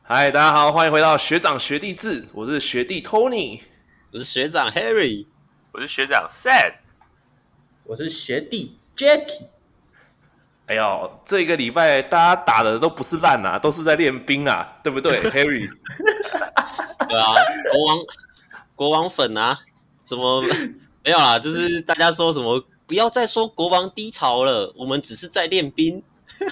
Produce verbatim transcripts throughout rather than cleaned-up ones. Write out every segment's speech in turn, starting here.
嗨，大家好，欢迎回到学长学弟制，我是学弟 Tony， 我是学长 Harry， 我是学长 Sad， 我是学弟 Jacky。 哎呦，这个礼拜大家打的都不是烂啊，都是在练兵啊，对不对，Harry？ 对啊，国王国王粉啊，怎么没有啦？就是大家说什么不要再说国王低潮了，我们只是在练兵。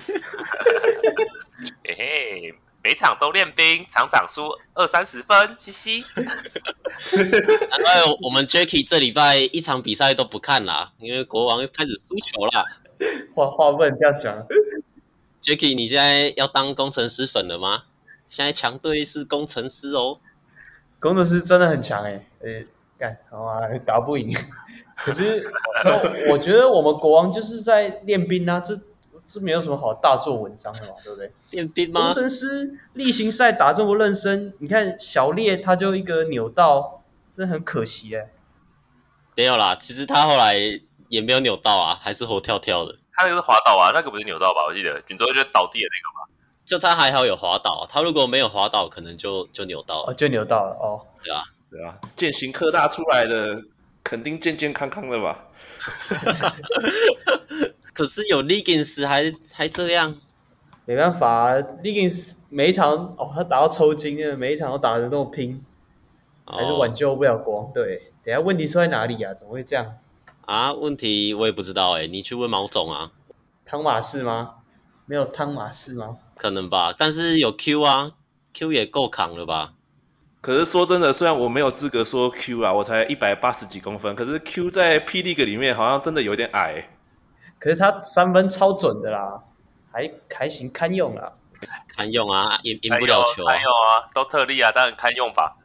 嘿嘿，每场都练兵，场场输二三十分，嘻嘻。 难怪我们 Jacky 这礼拜一场比赛都不看啦，因为国王开始输球啦。 话话不能这样讲。 Jacky， 你现在要当工程师粉了吗？现在强队是工程师哦。 工程师真的很强哎、欸，呃，干好啊，打不赢。可是我觉得我们国王就是在练兵啊，这这没有什么好大做文章的嘛，对不对？ 练兵吗？ 工程师例行赛打这么认真，你看小烈他就一个扭到，真的很可惜哎、欸。 没有啦，其实他后来也没有扭到啊，还是活跳跳的。 他那个是滑倒啊，那个不是扭到吧？我记得顶多就是倒地的那个吧。 就他还好有滑倒，他如果没有滑倒，可能就就扭到了。 哦，就扭到了哦。 对啊， 对啊，健行科大出来的，肯定健健康康的吧？ 可是有 Liggins 还还这样， 没办法、啊、，Liggins 每一场哦，他打到抽筋了，每一场都打得那么拼，还是挽救不了国王队。等一下问题出在哪里啊？怎么会这样？ 啊？问题我也不知道哎、欸，你去问毛总啊。 汤马士吗？没有汤马士吗？ 可能吧，但是有 Q 啊 ，Q 也够扛了吧？ 可是说真的，虽然我没有资格说 Q 啊，我才一百八十几公分，可是 Q 在 P League 里面好像真的有点矮、欸。 可是他三分超准的啦，还还行，堪用啦。 堪用啊，赢赢不了球啊。 堪用啊，都特例啊，当然堪用吧。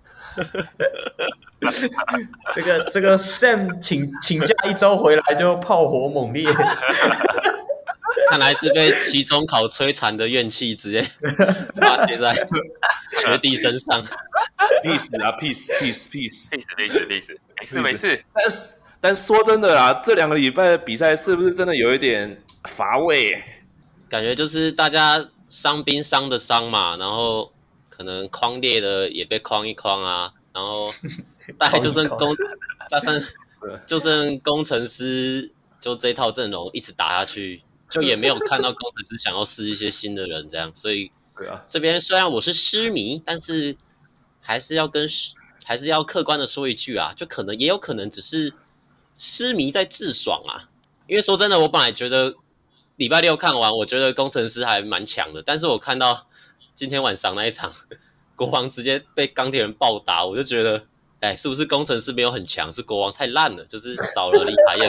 这个这个 Sam 请请假一周回来就炮火猛烈， 看来是被期中考摧残的怨气直接发泄在学弟身上。 peace 啊 peace peace peace peace peace peace， 没事没事。 但是但说真的啦，这两个礼拜的比赛是不是真的有一点乏味、欸？ 感觉就是大家伤兵伤的伤嘛，然后可能框列的也被框一框啊，然后大概就剩工，加上就剩工程师就这套阵容一直打下去，就也没有看到工程师想要试一些新的人这样，所以对啊， 这边虽然我是狮迷，但是还是要跟还是要客观的说一句啊，就可能也有可能只是狮迷在自爽啊，因为说真的，我本来觉得礼拜六看完，我觉得工程师还蛮强的，但是我看到今天晚上那一场，国王直接被钢铁人暴打，我就觉得，哎，是不是工程师没有很强，是国王太烂了，就是少了李凯燕，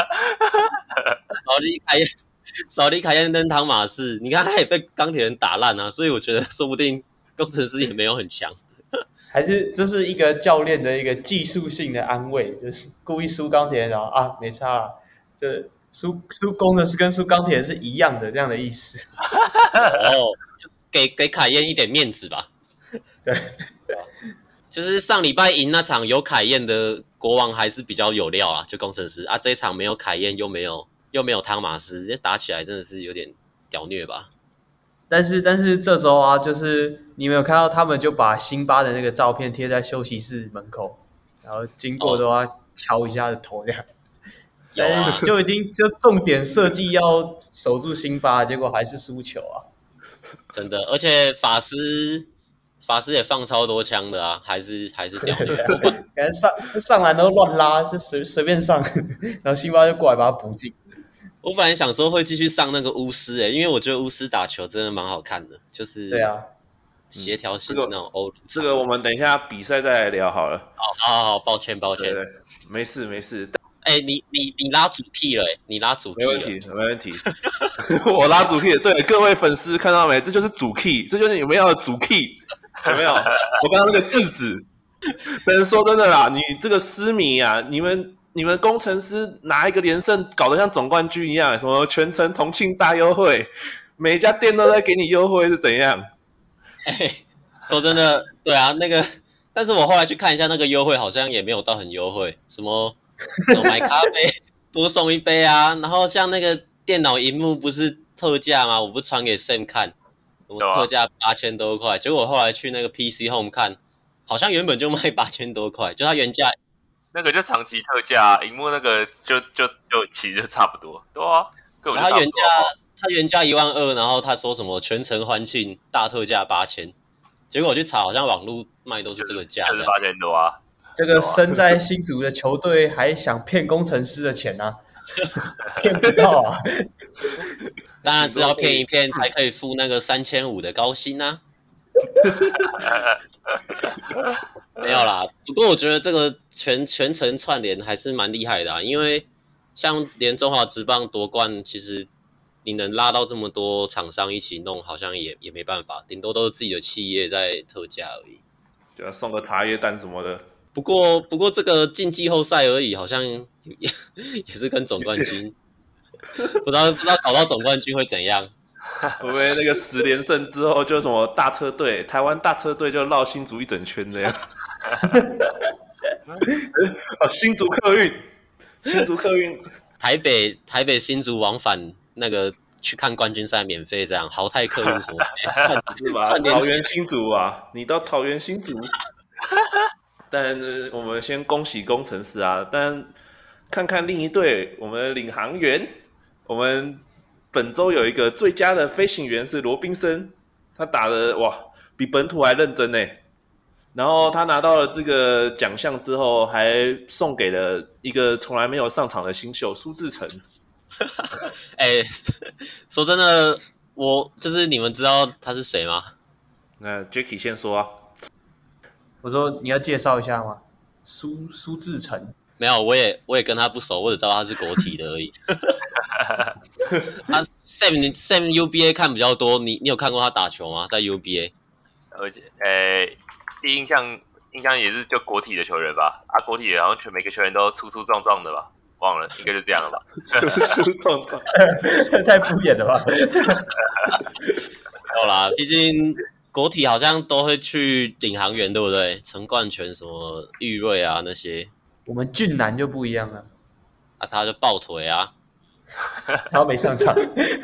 少李凯燕，少李凯燕跟汤马士，你看他也被钢铁人打烂啊，所以我觉得说不定工程师也没有很强。 还是这是一个教练的一个技术性的安慰，就是故意输钢铁人，然后啊没差啦，这输输工的是跟输钢铁人是一样的这样的意思。 哦，就是给给凯燕一点面子吧。 对， 就是上礼拜赢那场有凯燕的国王还是比较有料啊，就工程师啊，这一场没有凯燕又没有又没有汤马斯，直接打起来真的是有点屌虐吧。 但是但是这周啊，就是你没有看到他们就把辛巴的那个照片贴在休息室门口，然后经过都要敲一下的头这样。 有啊， 但是就已经就重点设计要守住辛巴，结果还是输球啊！ 真的，而且法师法师也放超多枪的啊，还是还是屌虐。 感觉上上篮都乱拉，就随随便上，然后辛巴就过来把他补进。 我本来想说会继续上那个巫师诶，因为我觉得巫师打球真的蛮好看的，就是对啊， 协调性的那种欧陆、 嗯。这个我们等一下比赛再来聊好了。 好好好，抱歉抱歉， 对对，没事没事。 哎、欸，你你你拉主 key 了、欸，你拉主 key 了， 没问题，没问题。我拉主 key， 对各位粉丝看到没？这就是主 key， 这就是你们要的主 key， 有没有？我刚刚那个字子。但是说真的啦，你这个狮迷啊，你们你们工程师拿一个连胜搞得像总冠军一样，什么全程同庆大优惠，每一家店都在给你优惠是怎样？ 哎、欸，说真的，对啊，那个，但是我后来去看一下，那个优惠好像也没有到很优惠，什么。买咖啡多送一杯啊，然后像那个电脑萤幕不是特价吗？我不传给 Sam 看， 我们特价八千多块，结果后来去那个 P C Home 看，好像原本就卖八千多块，就它原价。 那个就长期特价，荧幕那个就就就其实就差不多，对啊，根本就差不多。 它原价它原价一万二，然后他说什么全程欢庆大特价八千，结果我去查，好像网络卖都是这个价， 就是八千多啊。 这个身在新竹的球队还想骗工程师的钱啊，骗不到啊！ 当然是要骗一骗才可以付那个三千五的高薪啊。没有啦，不过我觉得这个全全程串联还是蛮厉害的啊，因为像连中华职棒夺冠，其实你能拉到这么多厂商一起弄，好像也也没办法，顶多都是自己的企业在特价而已， 就要送个茶叶蛋什么的。 不过不过这个进季后赛而已，好像 也, 也是跟总冠军，不知道不知道搞到总冠军会怎样。 会不会那个十连胜之后就什么大车队，台湾大车队就绕新竹一整圈这样？哦，新竹客运，新竹客运， 台北台北新竹往返那个去看冠军赛免费，这样豪泰客运什么是吧？桃园新竹啊，你到桃园新竹，但我们先恭喜工程师啊！但看看另一队，我们的领航员，我们。本周有一个最佳的飞行员是罗宾森，他打的哇比本土还认真呢。然后他拿到了这个奖项之后，还送给了一个从来没有上场的新秀苏志成。 哎、欸，说真的，我就是你们知道他是谁吗？ 那 Jacky 先说啊。 我说你要介绍一下吗？苏苏志成。 没有，我也我也跟他不熟，我只知道他是国体的而已。他 Sam 你 Sam U B A 看比较多，你你有看过他打球吗？在 U B A？ 而且，呃，第一印象印象也是就国体的球员吧，啊，国体好像全每个球员都粗粗壮壮的吧，忘了，应该就这样了吧。 粗粗壮壮， 太敷衍了吧？ 没有啦，毕竟国体好像都会去领航员，对不对？陈冠泉、什么玉瑞啊那些。 我们俊男就不一样了， 啊，他就抱腿啊， 他没上场，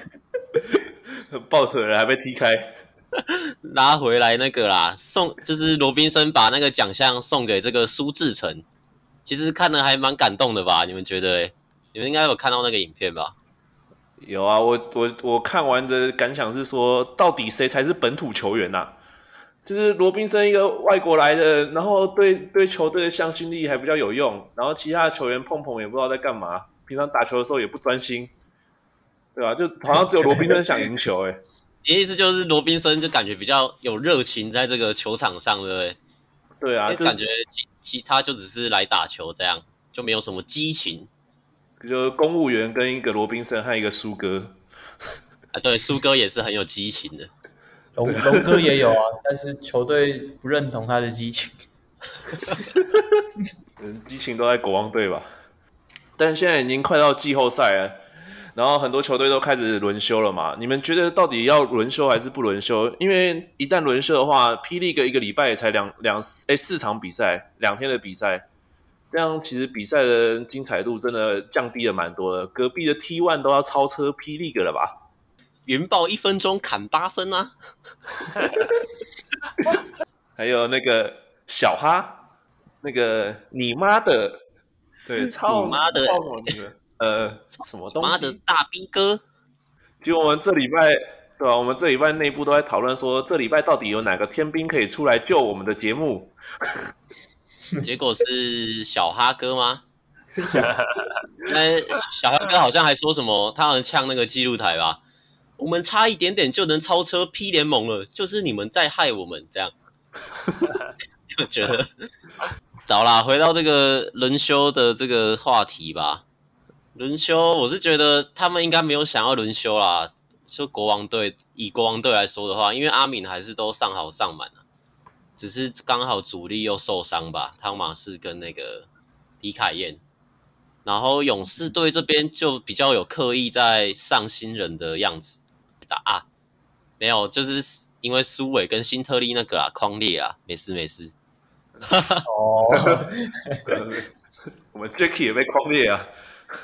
抱腿了还被踢开， 拉回来那个啦，送就是罗宾森把那个奖项送给这个苏志成，其实看了还蛮感动的吧？你们觉得嘞？你们应该有看到那个影片吧？ 有啊，我我我看完的感想是说，到底谁才是本土球员啊？就是罗宾森一个外国来的，然后对对球队的向心力还比较有用，然后其他的球员碰碰也不知道在干嘛，平常打球的时候也不专心，对吧、啊？就好像只有罗宾森想赢球、欸，哎， 你的意思就是罗宾森就感觉比较有热情在这个球场上，对不对？ 对啊，就感觉其其他就只是来打球这样，就没有什么激情。 就公务员跟一个罗宾森和一个苏哥， 啊，对，苏哥也是很有激情的。 龙龙哥也有啊，但是球队不认同他的激情。 嗯，激情都在国王队吧？但现在已经快到季后赛了，然后很多球队都开始轮休了嘛。你们觉得到底要轮休还是不轮休？因为一旦轮休的话，霹雳个一个礼拜也才两两哎四场比赛，两天的比赛，这样其实比赛的精彩度真的降低了蛮多的。隔壁的 T 一 都要超车霹雳个了吧？ 云豹一分钟砍八分啊！ 还有那个小哈，那个你妈的，对，操你妈的， 操什么那个呃什么东西？ 妈的大逼哥！ 就我们这礼拜，对吧、啊？我们这礼拜内部都在讨论说，这礼拜到底有哪个天兵可以出来救我们的节目？ 结果是小哈哥吗？那小哈哥好像还说什么，他好像呛那个记录台吧。我们差一点点就能超车 P 联盟了，就是你们在害我们这样。我觉得，好啦，回到这个轮休的这个话题吧。轮休，我是觉得他们应该没有想要轮休啦。就国王队，以国王队来说的话，因为阿敏还是都上好上满啊，只是刚好主力又受伤吧，汤马士跟那个迪凯燕。然后勇士队这边就比较有刻意在上新人的样子。啊，没有，就是因为苏伟跟辛特利那个啊，匡列啊，没事没事。 哦， 我们 Jacky 也被匡列啊，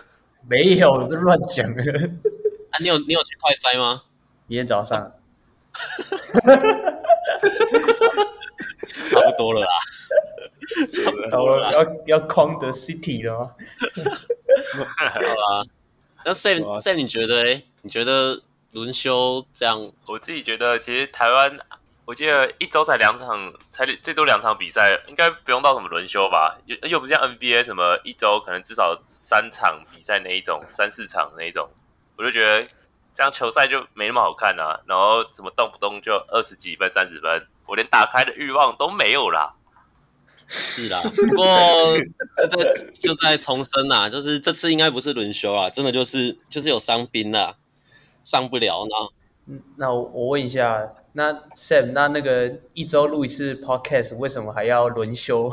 没有，乱讲。 啊，你有你有去快筛吗？ 明天早上。 差不多了啦，差不多了啦， 要要框的 City 了吗？ 好啦，那 Sam Sam 你觉得嘞？你觉得轮休这样？ 我自己觉得，其实台湾，我记得一周才两场，才最多两场比赛，应该不用到什么轮休吧？又又不像 N B A 什么一周可能至少三场比赛那一种，三四场那一种，我就觉得这样球赛就没那么好看啊。然后怎么动不动就二十几分、三十分，我连打开的欲望都没有啦。 是啦，不过这在就在重申啦，就是这次应该不是轮休啦，真的就是就是有伤兵啦，上不了呢。 嗯，那我我问一下，那 Sam， 那那个一周录一次 Podcast， 为什么还要轮休？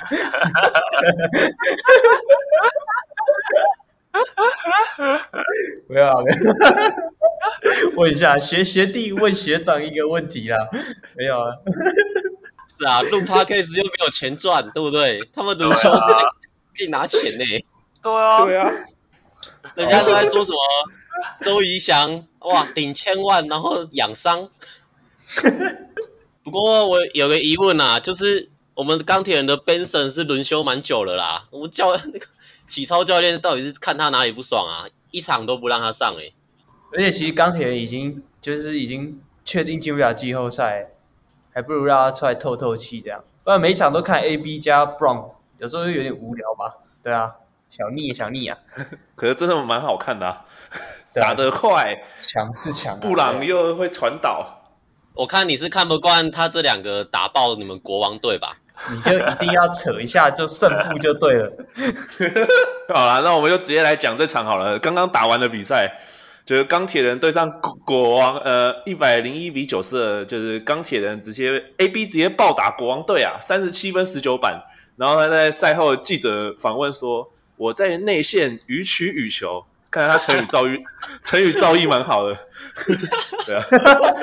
没有啊，没有。问一下，学学弟问学长一个问题啦，没有啊。 是啊，录 podcast 又没有钱赚，对不对？他们轮休是可以拿钱呢、欸。 对啊， 对啊， 人家都在说什么周怡翔哇领千万，然后养伤。不过我有个疑问啊，就是我们钢铁人的 Benson 是轮休蛮久了啦，我教那个启超教练到底是看他哪里不爽啊？一场都不让他上哎、欸。 而且其实钢铁人已经就是已经确定进不了季后赛。还不如让他出来透透气，这样，不然每一场都看 A B 加 Brown， 有时候有点无聊吧？对啊，小腻小腻啊。 可是真的蛮好看的、啊， 啊打得快， 强是强、啊， 布朗又会传导。 我看你是看不惯他这两个打爆你们国王队吧？ 你就一定要扯一下，就胜负就对了。 好啦，那我们就直接来讲这场好了。刚刚打完的比赛。就是钢铁人对上国王，呃，一百零一比九十二，就是钢铁人直接 A B 直接暴打国王队啊，三十七分十九板。然后他在赛后记者访问说：“我在内线予取予求。”看来他成语造诣，成语造诣蛮好的。对啊。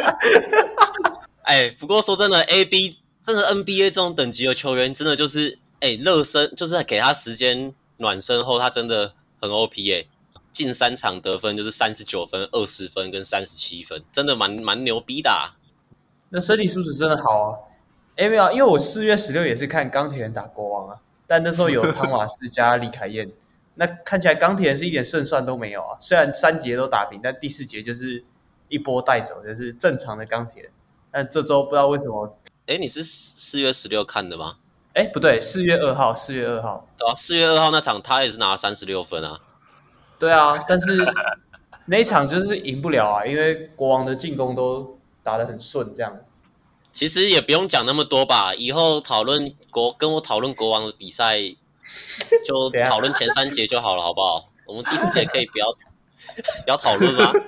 哎，不过说真的 ，A B 真的 N B A 这种等级的球员，真的就是哎热身，就是给他时间暖身后，他真的很 O P 哎、欸。近三场得分就是三十九分、二十分跟三十七分，真的蛮蛮牛逼的、啊。 那身体素质真的好啊！哎，没有，因为我四月十六也是看钢铁人打国王啊，但那时候有汤马斯加李凯燕，那看起来钢铁人是一点胜算都没有啊。虽然三节都打平，但第四节就是一波带走，就是正常的钢铁人。但这周不知道为什么， 哎，你是四月十六看的吗？ 哎，不对，四月二号，四月二号， 对啊，四月二号那场他也是拿了三十六分啊。 对啊，但是那一场就是赢不了啊，因为国王的进攻都打得很顺，这样。 其实也不用讲那么多吧，以后讨论国跟我讨论国王的比赛，就讨论前三节就好了，好不好？我们第四节可以不要不要讨论吗？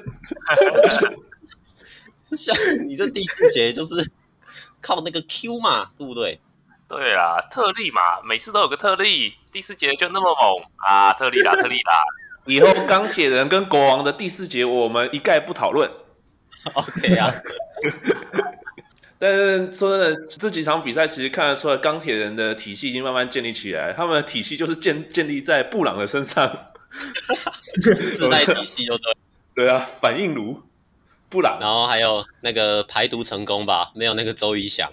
像你这第四节就是靠那个 Q 嘛，对不对？ 对啦，特例嘛，每次都有个特例，第四节就那么猛啊，特例啦，特例啦。 以后钢铁人跟国王的第四节，我们一概不讨论。 OK 啊。 但是说真的，这几场比赛其实看得出来，钢铁人的体系已经慢慢建立起来，他们的体系就是建建立在布朗的身上， 自带体系就对。 对啊，反应炉布朗， 然后还有那个排毒成功吧，没有那个周怡翔，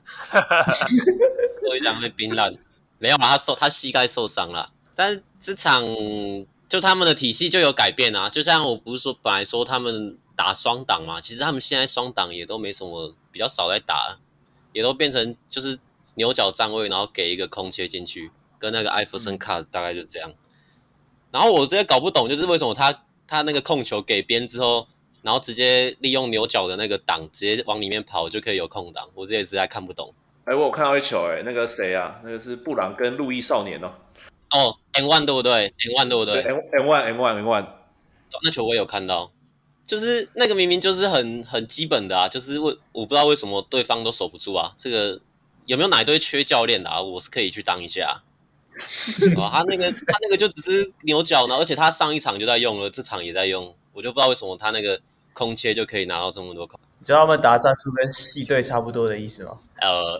周怡翔被冰烂，没有啦，他受他膝盖受伤了，但这场。就他们的体系就有改变啊，就像我不是说本来说他们打双档嘛，其实他们现在双档也都没什么，比较少在打，也都变成就是牛角站位，然后给一个空切进去，跟那个艾弗森卡大概就这样。然后我这些搞不懂，就是为什么他他那个控球给边之后，然后直接利用牛角的那个档，直接往里面跑就可以有空档，我这也实在看不懂。 哎，我有看到一球，哎，那个谁啊，那个是布朗跟路易少年哦。 哦 ，N 一 对不对 ？N 一 对不对 ？N N 一 N 一 N 一， 那球我也有看到，就是那个明明就是很很基本的啊，就是为我不知道为什么对方都守不住啊。这个有没有哪一队缺教练的啊？我是可以去当一下。哦，他那个他那个就只是牛角呢，而且他上一场就在用了，这场也在用，我就不知道为什么他那个空切就可以拿到这么多空。 你知道他们打战术跟系队差不多的意思吗？ 呃，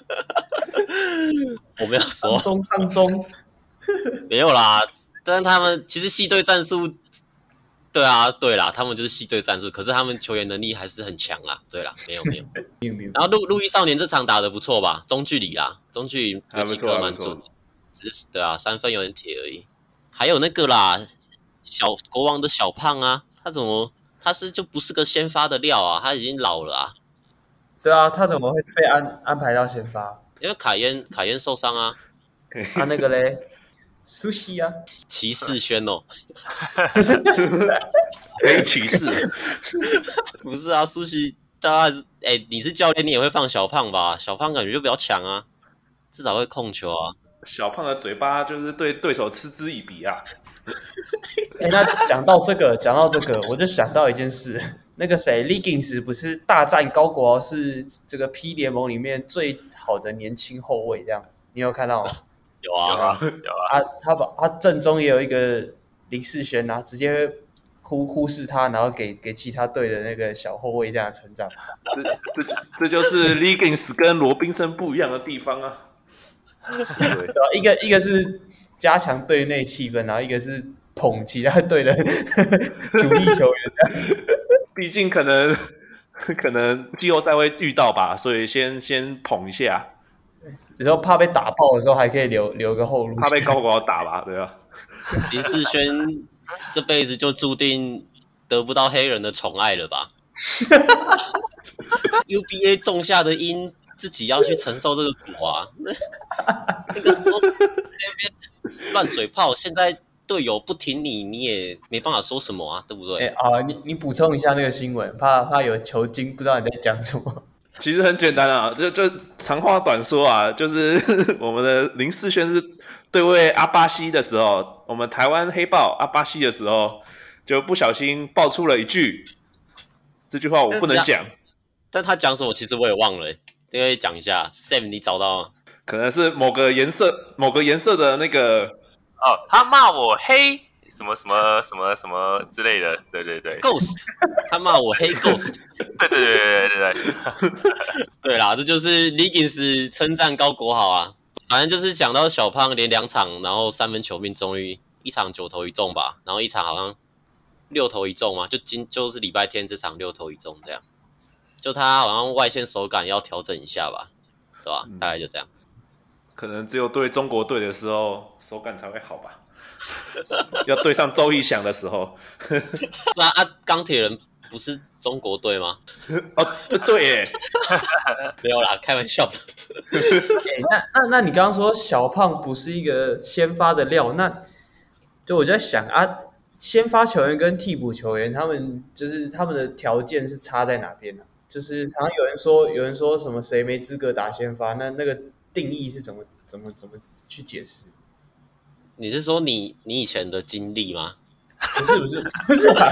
我没有说上中上中。 没有啦，但是他们其实系队战术对啊，对啦，他们就是系队战术，可是他们球员能力还是很强啦。对啦，没有没有。然后路路易少年这场打得不错吧？中距离啦，中距离有几颗蛮准的，只是对啊，三分有点铁而已。还有那个啦，小国王的小胖啊，他怎么他是就不是个先发的料啊？他已经老了啊。 对啊，他怎么会被安安排到先发？ 因为凯燕凯燕受伤啊。 他、啊、那个嘞，苏西啊， 骑士轩哦， 黑骑士， 不是啊，苏西，大家哎、欸，你是教练，你也会放小胖吧？小胖感觉就比较强啊，至少会控球啊。 小胖的嘴巴就是对对手嗤之以鼻啊。 哎、欸，那讲到这个，讲到这个，我就想到一件事，那个谁 ，Liggins 不是大战高国豪是这个 P 联盟里面最好的年轻后卫，这样你有看到吗？ 有啊，有啊， 啊，他把他阵中也有一个林世轩啊，直接忽忽视他，然后给给其他队的那个小后卫这样成长。 这这这就是 Liggins 跟罗宾森不一样的地方啊。 对，对啊，一个一个是加强队内气氛，然后一个是捧其他队的主力球员。 毕竟可能可能季后赛会遇到吧，所以先先捧一下。 有时候怕被打爆的时候，还可以留留个后路。 怕被高国豪打吧，对啊。 林世轩这辈子就注定得不到黑人的宠爱了吧？U B A 种下的因，自己要去承受这个果啊！那个时候那边乱嘴炮，现在队友不挺你，你也没办法说什么啊，对不对？ 哎、欸、啊，你你补充一下那个新闻，怕怕有球精不知道你在讲什么。 其实很简单啊，就就长话短说啊，就是我们的林世轩是对位阿巴西的时候，我们台湾黑豹阿巴西的时候，就不小心爆出了一句，这句话我不能讲。 但他讲什么，其实我也忘了，因为讲一下 ，Sam 你找到吗？ 可能是某个颜色、某个颜色的那个哦，他骂我黑。什么什么什么什么之类的，对对对 ，Ghost， 他骂我黑 Ghost， 对对对对对对对， 对啦，这就是 Liggins 称赞高国豪啊，反正就是讲到小胖连两场，然后三分球命中率一场九投一中吧，然后一场好像六投一中嘛，就今就是礼拜天这场六投一中这样，就他好像外线手感要调整一下吧，对吧？嗯、大概就这样， 可能只有对中国队的时候手感才会好吧。要对上周一翔的时候， 是啊，啊，钢铁人不是中国队吗？ 哦，对耶， 没有啦，开玩笑的。 欸、那那那你刚刚说小胖不是一个先发的料，那就我就在想啊，先发球员跟替补球员，他们就是他们的条件是差在哪边呢、啊？就是常常有人说，有人说什么谁没资格打先发，那那个定义是怎么怎么怎么去解释？ 你是说你你以前的经历吗？ 不是不是不是啊！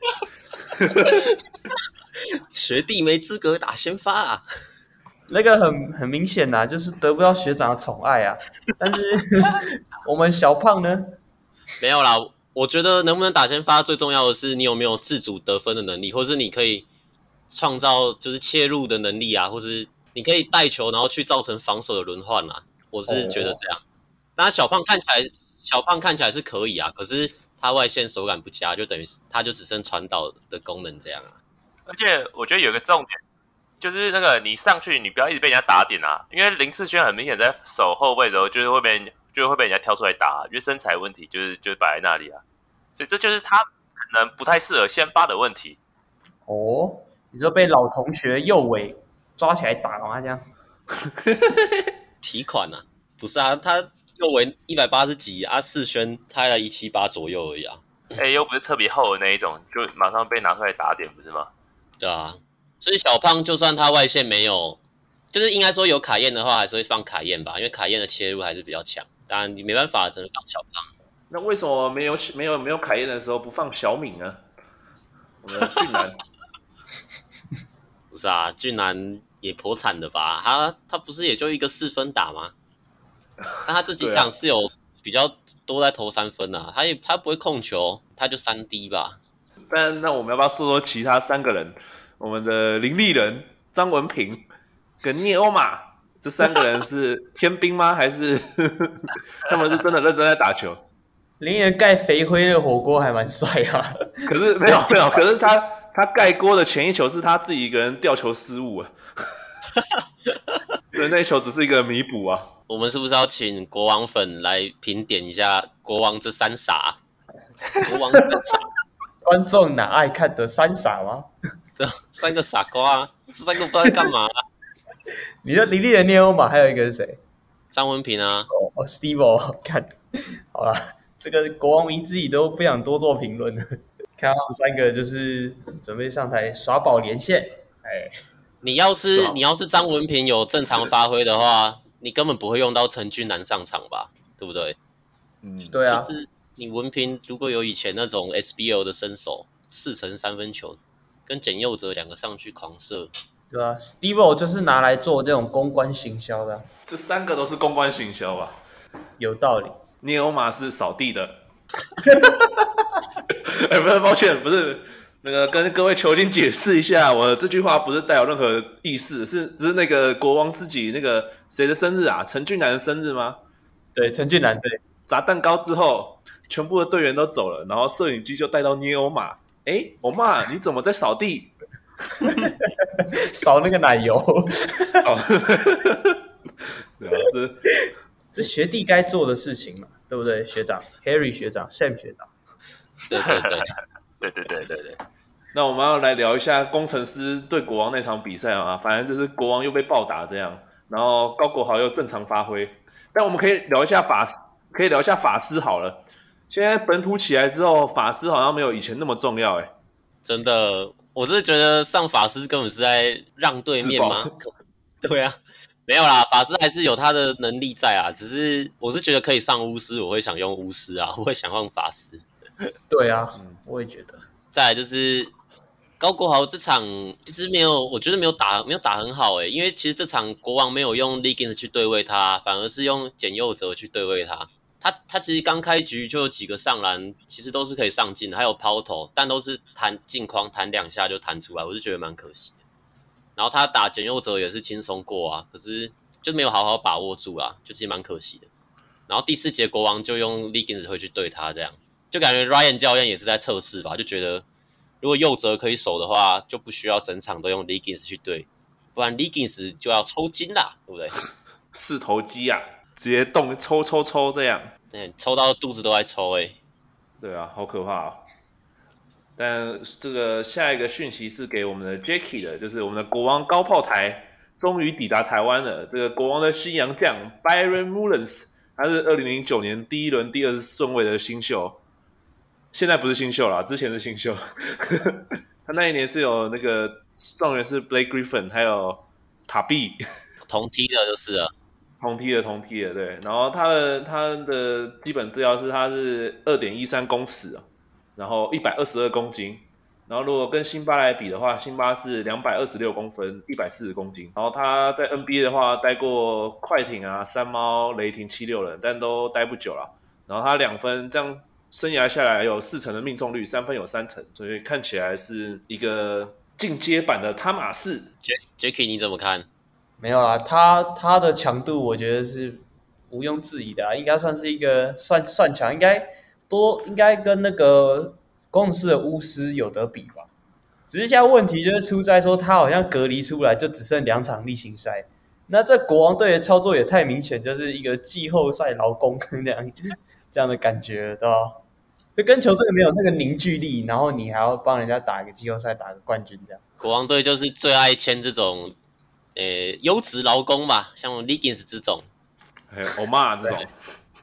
学弟没资格打先发啊， 那个很很明显呐、啊，就是得不到学长的宠爱啊。但是我们小胖呢？ 没有啦。我觉得能不能打先发，最重要的是你有没有自主得分的能力，或是你可以创造就是切入的能力啊，或是你可以带球然后去造成防守的轮换啊。我是觉得这样。当然小胖看起来。小胖看起来是可以啊，可是他外线手感不佳，就等于他就只剩传导的功能这样啊。 而且我觉得有个重点，就是那个你上去，你不要一直被人家打点啊，因为林世轩很明显在守后卫的时候，就是会被就会被人家挑出来打、啊，因为身材问题就是就是摆在那里啊，所以这就是他可能不太适合先发的问题。 哦，你说被老同学右尾抓起来打吗？这样？ 提款啊，不是啊，他。右围一百八十几，啊，世轩他才一七八左右而已啊。 哎、欸，又不是特别厚的那一种，就马上被拿出来打点，不是吗？ 对啊，所以小胖就算他外线没有，就是应该说有卡宴的话，还是会放卡宴吧，因为卡宴的切入还是比较强。当然你没办法，只能放小胖。 那为什么没有没有没有卡宴的时候不放小敏呢？我们俊男不是啊，俊男也颇惨的吧？他他不是也就一个四分打吗？但他这几场是有比较多在投三分啊，他也他不会控球，他就三 D 吧。 但那我们要不要说说其他三个人？我们的林立人、张文平跟聂欧马这三个人是天兵吗？还是他们是真的认真在打球？ 林彦盖肥灰那个火锅还蛮帅啊。 可是没有没有，可是他他盖锅的前一球是他自己一个人吊球失误啊，所以那一球只是一个弥补啊。 我们是不是要请国王粉来评点一下国王这三傻？国王三傻， 观众哪爱看的三傻吗？ 三个傻瓜、啊，这三个不知道在干嘛、啊。 你说林立人、聂欧马，还有一个是谁？ 张文平啊， 哦哦 ，Steve， 看，好啦，这个国王迷之己都不想多做评论了。看他们三个就是准备上台耍宝连线，哎， 你要是你要是张文平有正常发挥的话，你根本不会用到陈俊南上场吧？对不对？ 嗯， 对啊， 就是你文平如果有以前那种 S B L 的身手，四成三分球，跟简佑哲两个上去狂射。 对啊 ，Steve 就是拿来做这种公关行销的、啊， 这三个都是公关行销吧？ 有道理。 聂欧马是扫地的，哎、欸，不是，抱歉，不是那个跟各位球星解释一下，我这句话不是带有任何意思，是只是那个国王自己那个谁的生日啊？陈俊南的生日吗？ 对，陈俊南对。 砸蛋糕之后，全部的队员都走了，然后摄影机就带到聂欧马，哎、欸，欧马你怎么在扫地？ 扫那个奶油， 扫，对啊，这这学弟该做的事情嘛，对不对？学长 Harry 学长 Sam 学长， 对对对对对对对对。 那我们要来聊一下工程师对国王那场比赛啊，反正就是国王又被暴打这样，然后高国豪又正常发挥，但我们可以聊一下法师，可以聊一下法师好了。现在本土起来之后，法师好像没有以前那么重要哎、欸， 真的。我是觉得上法师根本是在让对面吗？对啊，没有啦，法师还是有他的能力在啊，只是我是觉得可以上巫师，我会想用巫师啊，我会想用法师。 对啊，我也觉得。 再来就是高国豪这场其实没有，我觉得没有打没有打很好诶、欸，因为其实这场国王没有用 Liggins 去对位他，反而是用简佑哲去对位他。他他其实刚开局就有几个上篮，其实都是可以上进的，还有抛投，但都是弹进框弹两下就弹出来，我是觉得蛮可惜的。然后他打简佑哲也是轻松过啊，可是就没有好好把握住啊，就其实蛮可惜的。然后第四节国王就用 Liggins 会去对他，这样就感觉 Ryan 教练也是在测试吧，就觉得如果佑哲可以守的话，就不需要整场都用 Liggins 去对，不然 Liggins 就要抽筋啦，对不对？ 四头肌啊！直接动抽抽抽这样， 嗯，抽到肚子都在抽哎、欸。 对啊，好可怕哦。但这个下一个讯息是给我们的 Jacky 的，就是我们的国王高炮台终于抵达台湾了。这个国王的新洋将 Byron Mullins， 他是二零零九年第一轮第二顺位的新秀，现在不是新秀啦，之前是新秀。他那一年是有那个状元是 Blake Griffin， 还有塔比同梯的就是了。 同梯的同梯的，对。然后他的他的基本资料是他是 二点一三公尺，然后一百二十二公斤。然后如果跟辛巴来比的话，辛巴是两百二十六公分，一百四十公斤。然后他在 N B A 的话待过快艇啊、三猫、雷霆、七六人，但都待不久了。然后他两分这样生涯下来有四成的命中率，三分有三成，所以看起来是一个进阶版的汤马士。 Jacky 你怎么看？ 没有啦，他他的强度我觉得是毋庸置疑的啊，应该算是一个算算强，应该多应该跟那个公司的巫师有得比吧。只是现在问题就是出在说他好像隔离出来就只剩两场例行赛，那这国王队的操作也太明显，就是一个季后赛劳工那样这样的感觉，对吧？就跟球队没有那个凝聚力，然后你还要帮人家打一个季后赛，打个冠军这样。 国王队就是最爱签这种。呃，优质劳工吧，像 Liggins 这种， 还有 Omar 这种，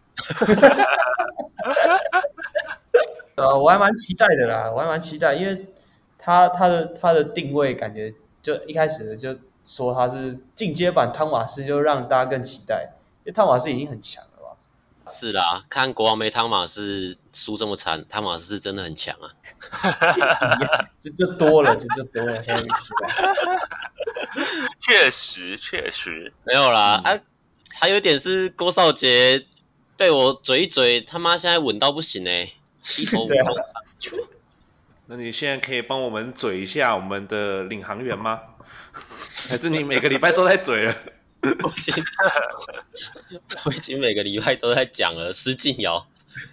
呃，我还蛮期待的啦，我还蛮期待，因为他他的他的定位感觉就一开始就说他是进阶版汤马斯，就让大家更期待，因为汤马斯已经很强了吧？ 是啦，看国王没汤马斯输这么惨，汤马斯是真的很强啊， 这就多了，这就多了， 确实确实没有啦、嗯、啊，还有一点是郭少杰被我嘴一嘴，他妈现在稳到不行哎、欸，七投五中三球。 那你现在可以帮我们嘴一下我们的领航员吗？还是你每个礼拜都在嘴了？ 我已经我已经每个礼拜都在讲了，施晋尧。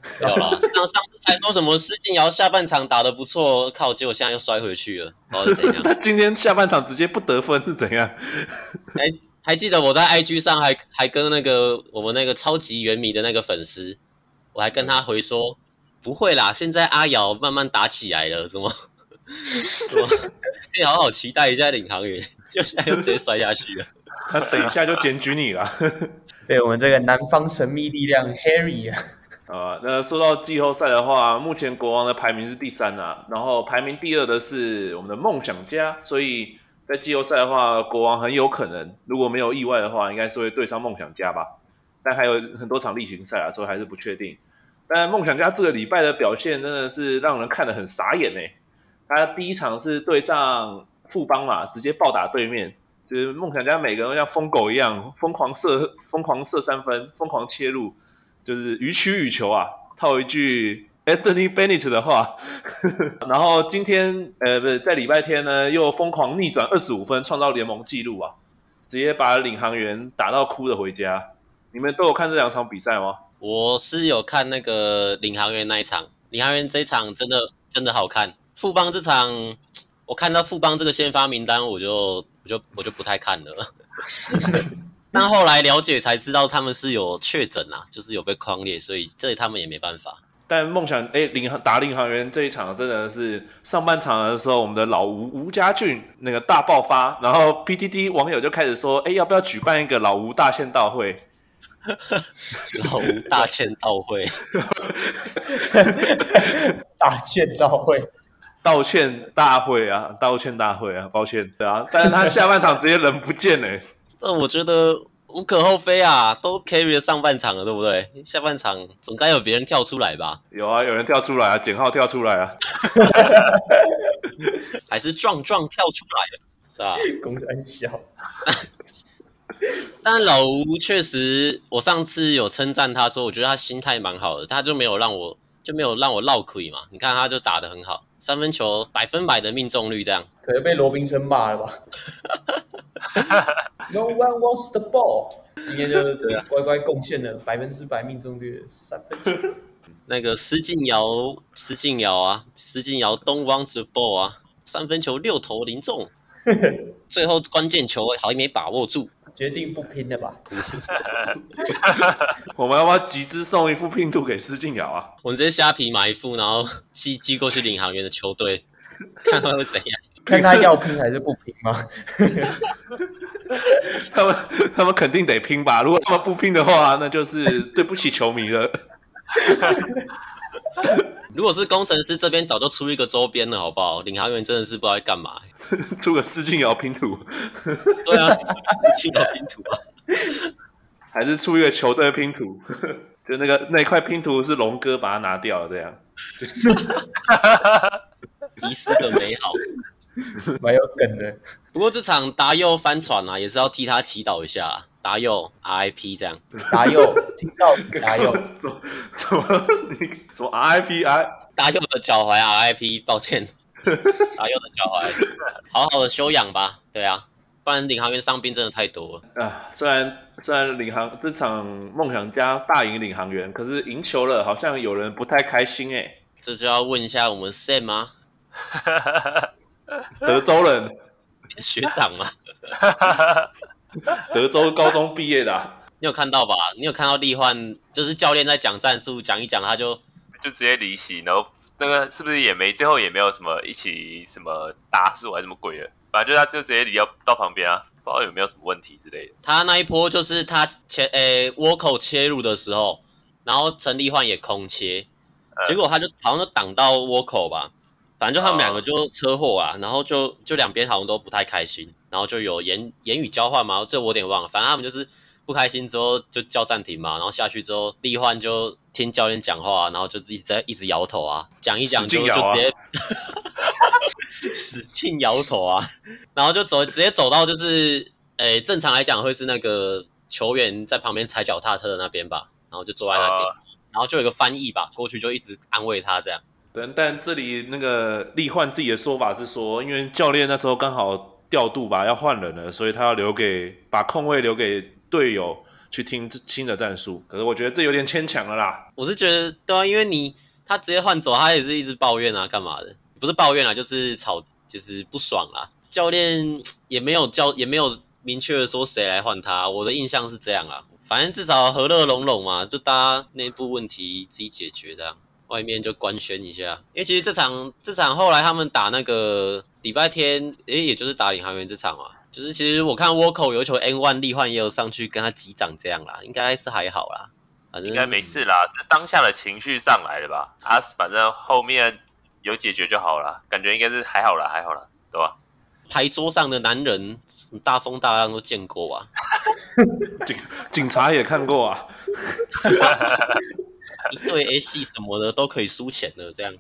没有啦，上上次才说什么施晋尧下半场打得不错，靠，结果现在又摔回去了，不知道是怎样。 他今天下半场直接不得分是怎样？ 还还记得我在 I G 上还还跟那个我们那个超级原迷的那个粉丝，我还跟他回说，不会啦，现在阿瑶慢慢打起来了，怎么怎么可以好好期待一下领航员，就现在又直接摔下去了。 他等一下就检举你了。 对我们这个南方神秘力量 Harry 啊， 呃，那说到季后赛的话，目前国王的排名是第三啊，然后排名第二的是我们的梦想家，所以在季后赛的话，国王很有可能，如果没有意外的话，应该是会对上梦想家吧。但还有很多场例行赛啊，所以还是不确定。但梦想家这个礼拜的表现真的是让人看得很傻眼哎！他第一场是对上富邦嘛，直接暴打对面，就是梦想家每个人都像疯狗一样，疯狂射、疯狂射三分、疯狂切入，就是予取予求啊！套一句 Anthony Bennett 的话，然后今天呃不是在礼拜天呢，又疯狂逆转二十五分，创造联盟纪录啊！直接把领航员打到哭的回家。你们都有看这两场比赛吗？ 我是有看那个领航员那一场，领航员这一场真的真的好看。富邦这场，我看到富邦这个先发名单，我就我就我就不太看了。但后来了解才知道他们是有确诊啊，就是有被匡列，所以这他们也没办法。 但梦想哎，领航打领航员这一场真的是上半场的时候，我们的老吴吴家俊那个大爆发，然后 P T T 网友就开始说，哎，要不要举办一个老吴大签到会？ 老吴大签到会， 大签到会， 道歉大会啊，道歉大会啊，抱歉，对啊，但是他下半场直接人不见了、欸。 那我觉得无可厚非啊，都 carry 了上半场了，对不对？下半场总该有别人跳出来吧？ 有啊，有人跳出来啊，简浩跳出来啊， 还是壮壮跳出来了，是吧？ 公三小。 但老吴确实，我上次有称赞他说，我觉得他心态蛮好的，他就没有让我就没有让我落亏嘛。你看他就打得很好，三分球百分百的命中率，这样。 可能被罗宾森骂了吧？No one wants the ball。今天就乖乖贡献了百分之百命中率的三分球。 那个施晋尧，施晋尧啊，施晋尧 Don't want the ball 啊，三分球六投零中，最后关键球好像没把握住。 决定不拼了吧？ 我们要不要集资送一副拼图给施晋尧啊？ 我们直接虾皮买一副，然后寄寄过去领航员的球队，看他会怎样。 看他要拼还是不拼吗？ 他们他们肯定得拼吧？如果他们不拼的话，那就是对不起球迷了。 如果是工程师这边早就出一个周边了，好不好？领航员真的是不知道在干嘛， 出个施晋尧拼图。 对啊，施晋尧拼图啊， 还是出一个球队拼图，就那个那块拼图是龙哥把它拿掉了，这样。 遗失的美好， 蛮有梗的。 不过这场达佑翻船啊，也是要替他祈祷一下、啊。达佑 R I P 这样， 达佑听到达佑怎么怎么你怎么 R I P 啊？ 达佑的脚踝 R I P， 抱歉，达佑的脚踝，好好的休养吧。对啊，不然领航员伤兵真的太多了啊。虽然虽然领航这场梦想家大赢领航员，可是赢球了，好像有人不太开心哎、欸。 这就要问一下我们 Sam 啊， 德州人学长嘛。 德州高中毕业的、啊， 你有看到吧？你有看到立焕，就是教练在讲战术，讲一讲他就就直接离席，然后那个是不是也没最后也没有什么一起什么打数还是什么鬼的，反正就他就直接离到到旁边啊，不知道有没有什么问题之类的。 他那一波就是他切诶倭寇切入的时候，然后陈立焕也空切， 嗯、 结果他就好像就挡到倭寇吧，反正就他们两个就车祸啊，然后就就两边好像都不太开心。然后就有言言语交换嘛，这我有点忘了。反正他们就是不开心之后就叫暂停嘛，然后下去之后，立焕就听教练讲话、啊，然后就一直在一直摇头啊，讲一讲就、啊、就直接使劲摇头啊，然后就走直接走到就是，诶，正常来讲会是那个球员在旁边踩脚踏车的那边吧，然后就坐在那边，呃、然后就有一个翻译吧过去就一直安慰他这样。 但但这里那个立焕自己的说法是说，因为教练那时候刚好调度吧，要换人了，所以他要留给把空位留给队友去听新的战术。可是我觉得这有点牵强了啦。 我是觉得对啊，因为你他直接换走，他也是一直抱怨啊，干嘛的？不是抱怨啊，就是吵，就是不爽啦。教练也没有教，也没有明确的说谁来换他。我的印象是这样啊，反正至少和乐融融嘛，就大家内部问题自己解决这样。外面就官宣一下，因为其实这场这场后来他们打那个礼拜天，诶，也就是打领航员这场嘛，就是其实我看倭寇有一球 N 一 力焕也有上去跟他击掌这样啦，应该是还好啦，反正应该没事啦，只是当下的情绪上来了吧？啊，反正后面有解决就好了，感觉应该是还好啦，还好啦，对吧？ 牌桌上的男人大风大浪都见过啊， 警警察也看过啊。 一对 A 系什么的都可以输钱的，这样。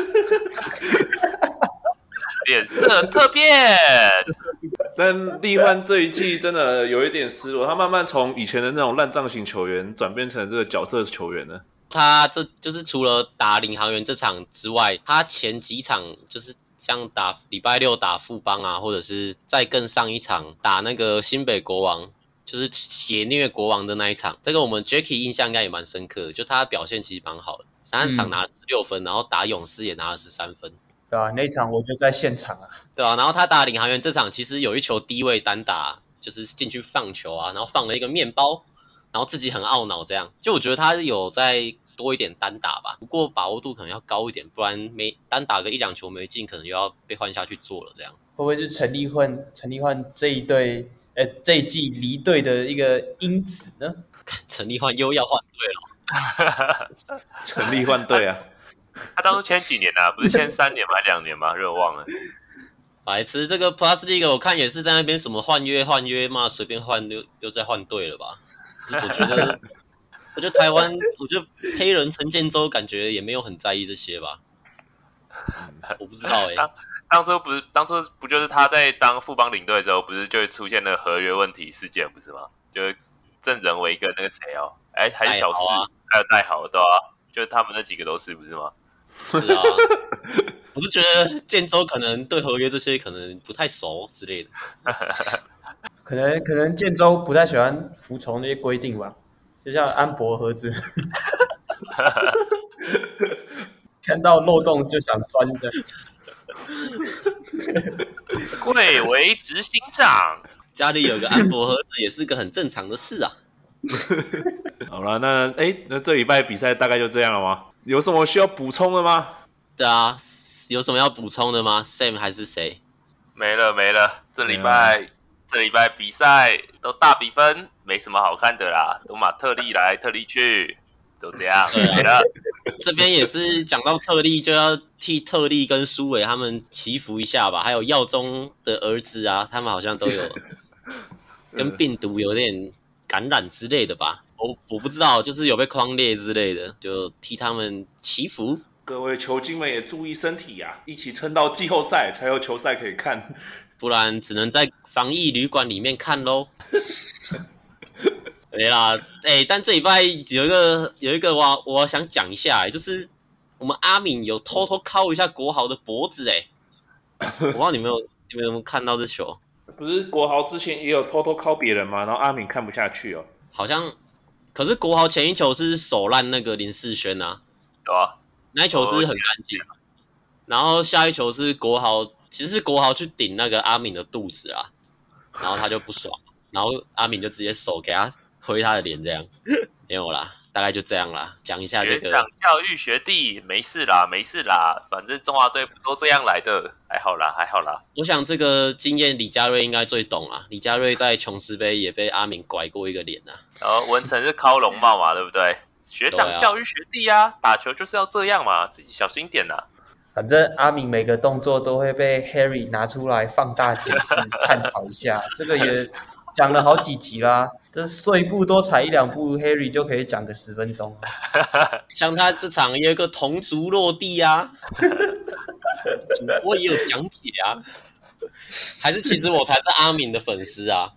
脸色特变。 但力焕这一季真的有一点失落，他慢慢从以前的那种烂账型球员转变成这个角色球员了。 他这就是除了打领航员这场之外，他前几场就是像打礼拜六打富邦啊，或者是再更上一场打那个新北国王。就是血虐国王的那一场，这个我们 Jacky 印象应该也蛮深刻的，就他的表现其实蛮好的，三场拿了十六分、嗯，然后打勇士也拿了十三分， 对啊，那场我就在现场啊， 对啊，然后他打领航员这场，其实有一球低位单打，就是进去放球啊，然后放了一个面包，然后自己很懊恼这样，就我觉得他有再多一点单打吧，不过把握度可能要高一点，不然没单打个一两球没进，可能又要被换下去做了这样。 会不会是陈立焕陈立焕这一队？呃，这一季离队的一个因子呢？ 陈立焕又要换队了，陈立换队啊！ 他当初签几年啊？不是签三年吗？两年吗？热忘了。 白痴，这个 Plus League 我看也是在那边什么换约换约嘛，随便换又又在换队了吧？我觉得，我觉得台湾，我觉得黑人陈建州感觉也没有很在意这些吧。我不知道哎、欸。 当初不是当初不就是他在当富邦领队之后，不是就会出现了合约问题事件，不是吗？就是郑仁维跟那个谁哦，哎，还是小四，啊、还有戴豪，对啊，就是他们那几个都是，不是吗？ 是啊，我是觉得建州可能对合约这些可能不太熟之类的， 可能可能建州不太喜欢服从那些规定吧，就像安博盒子，看到漏洞就想钻着。 贵为执行长， 家里有个安博盒子也是个很正常的事啊。 好了，那哎，那这礼拜比赛大概就这样了吗？有什么需要补充的吗？ 对啊，有什么要补充的吗 ？Sam 还是谁？ 没了没了，这礼拜这礼拜比赛都大比分，没什么好看的啦，都马特利来特利去，都这样没了。 这边也是讲到特利，就要替特利跟苏伟他们祈福一下吧。还有耀宗的儿子啊，他们好像都有跟病毒有点感染之类的吧。我我不知道，就是有被匡列之类的，就替他们祈福。 各位球精们也注意身体啊，一起撑到季后赛才有球赛可以看， 不然只能在防疫旅馆里面看咯。对啦，哎、欸，但这礼拜有一个有一个我我想讲一下、欸，就是我们阿敏有偷偷敲一下国豪的脖子、欸，哎，我不知道你们有你们有没有看到这球？ 不是国豪之前也有偷偷敲别人吗？然后阿敏看不下去哦， 好像，可是国豪前一球是手烂那个林世轩啊， 对啊， 那一球是很干净，然后下一球是国豪，其实是国豪去顶那个阿敏的肚子啊，然后他就不爽，然后阿敏就直接手给他。挥他的脸这样没有啦，大概就这样啦。讲一下这个学长教育学弟，没事啦，没事啦，反正中华队不都这样来的，还好啦，还好啦。 我想这个经验李佳瑞应该最懂啊。李佳瑞在琼斯杯也被阿敏拐过一个脸啊。 然后文成是靠龙帽嘛，对不对？学长教育学弟啊，打球就是要这样嘛，自己小心点啦。 反正阿敏每个动作都会被 Harry 拿出来放大解释探讨一下，这个也讲了好几集啦，这碎步多踩一两步 ，Harry 就可以讲个十分钟。 像他这场有一个铜足落地啊，主播也有讲解啊，还是其实我才是阿敏的粉丝啊？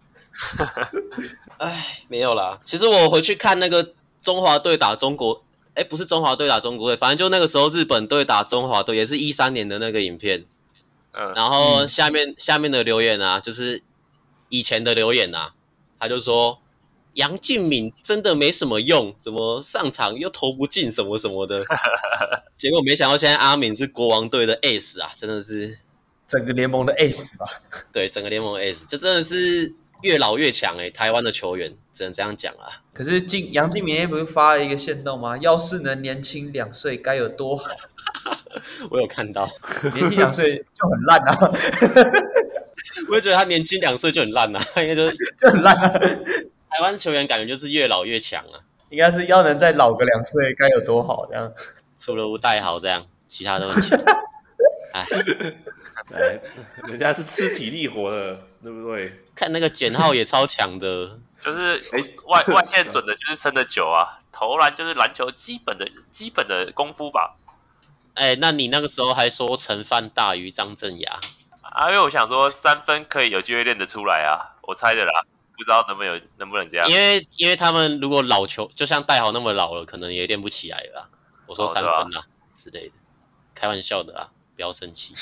哎，没有啦，其实我回去看那个中华队打中国，哎，不是中华队打中国队，反正就那个时候日本队打中华队，也是一三年的那个影片。嗯，然后下面、嗯、下面的留言啊，就是。以前的留言啊，他就说杨敬敏真的没什么用，怎么上场又投不进什么什么的，结果没想到现在阿敏是国王队的 ace 啊，真的是整个联盟的 ace 吧。 对整个联盟的 ace， 这真的是越老越强哎、欸，台湾的球员只能这样讲啊。 可是敬杨敬敏不是发了一个限动吗？要是能年轻两岁该有多好。 我有看到， 年轻两岁就很烂啊。 我也觉得他年轻两岁就很烂啊，应该就是就很烂啊。 台湾球员感觉就是越老越强啊， 应该是要能再老个两岁该有多好这样。 除了吴代豪这样，其他都很强。哎， 哎，人家是吃体力活的，对不对？ 看那个简浩也超强的， 就是外外线准的，就是撑得久啊，投篮就是篮球基本的基本的功夫吧。 哎，那你那个时候还说陈范大于张镇雅啊？因为我想说三分可以有机会练得出来啊，我猜的啦，不知道能不能有能不能这样。 因为因为他们如果老球，就像戴豪那么老了，可能也练不起来了啦。我说三分啦、哦啊、之类的，开玩笑的啦，不要生气。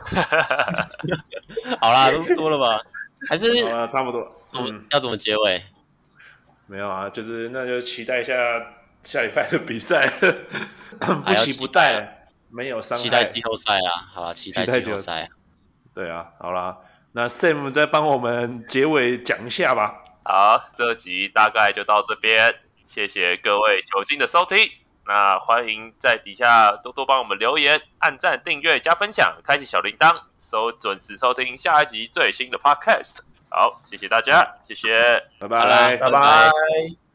好啦，都多了吧？还是好啦差不多。 嗯，要怎么结尾？ 没有啊，就是那就期待一下下礼拜的比赛，不期不待，没有伤害。 期待季后赛啊，好啦，期待季后赛、啊。 对啊，好啦，那 Sam 再帮我们结尾讲一下吧。 好，这集大概就到这边，谢谢各位球精的收听。那欢迎在底下多多帮我们留言、按赞、订阅、加分享、开启小铃铛，收准时收听下一集最新的 Podcast。好，谢谢大家，谢谢， 拜拜， 拜拜。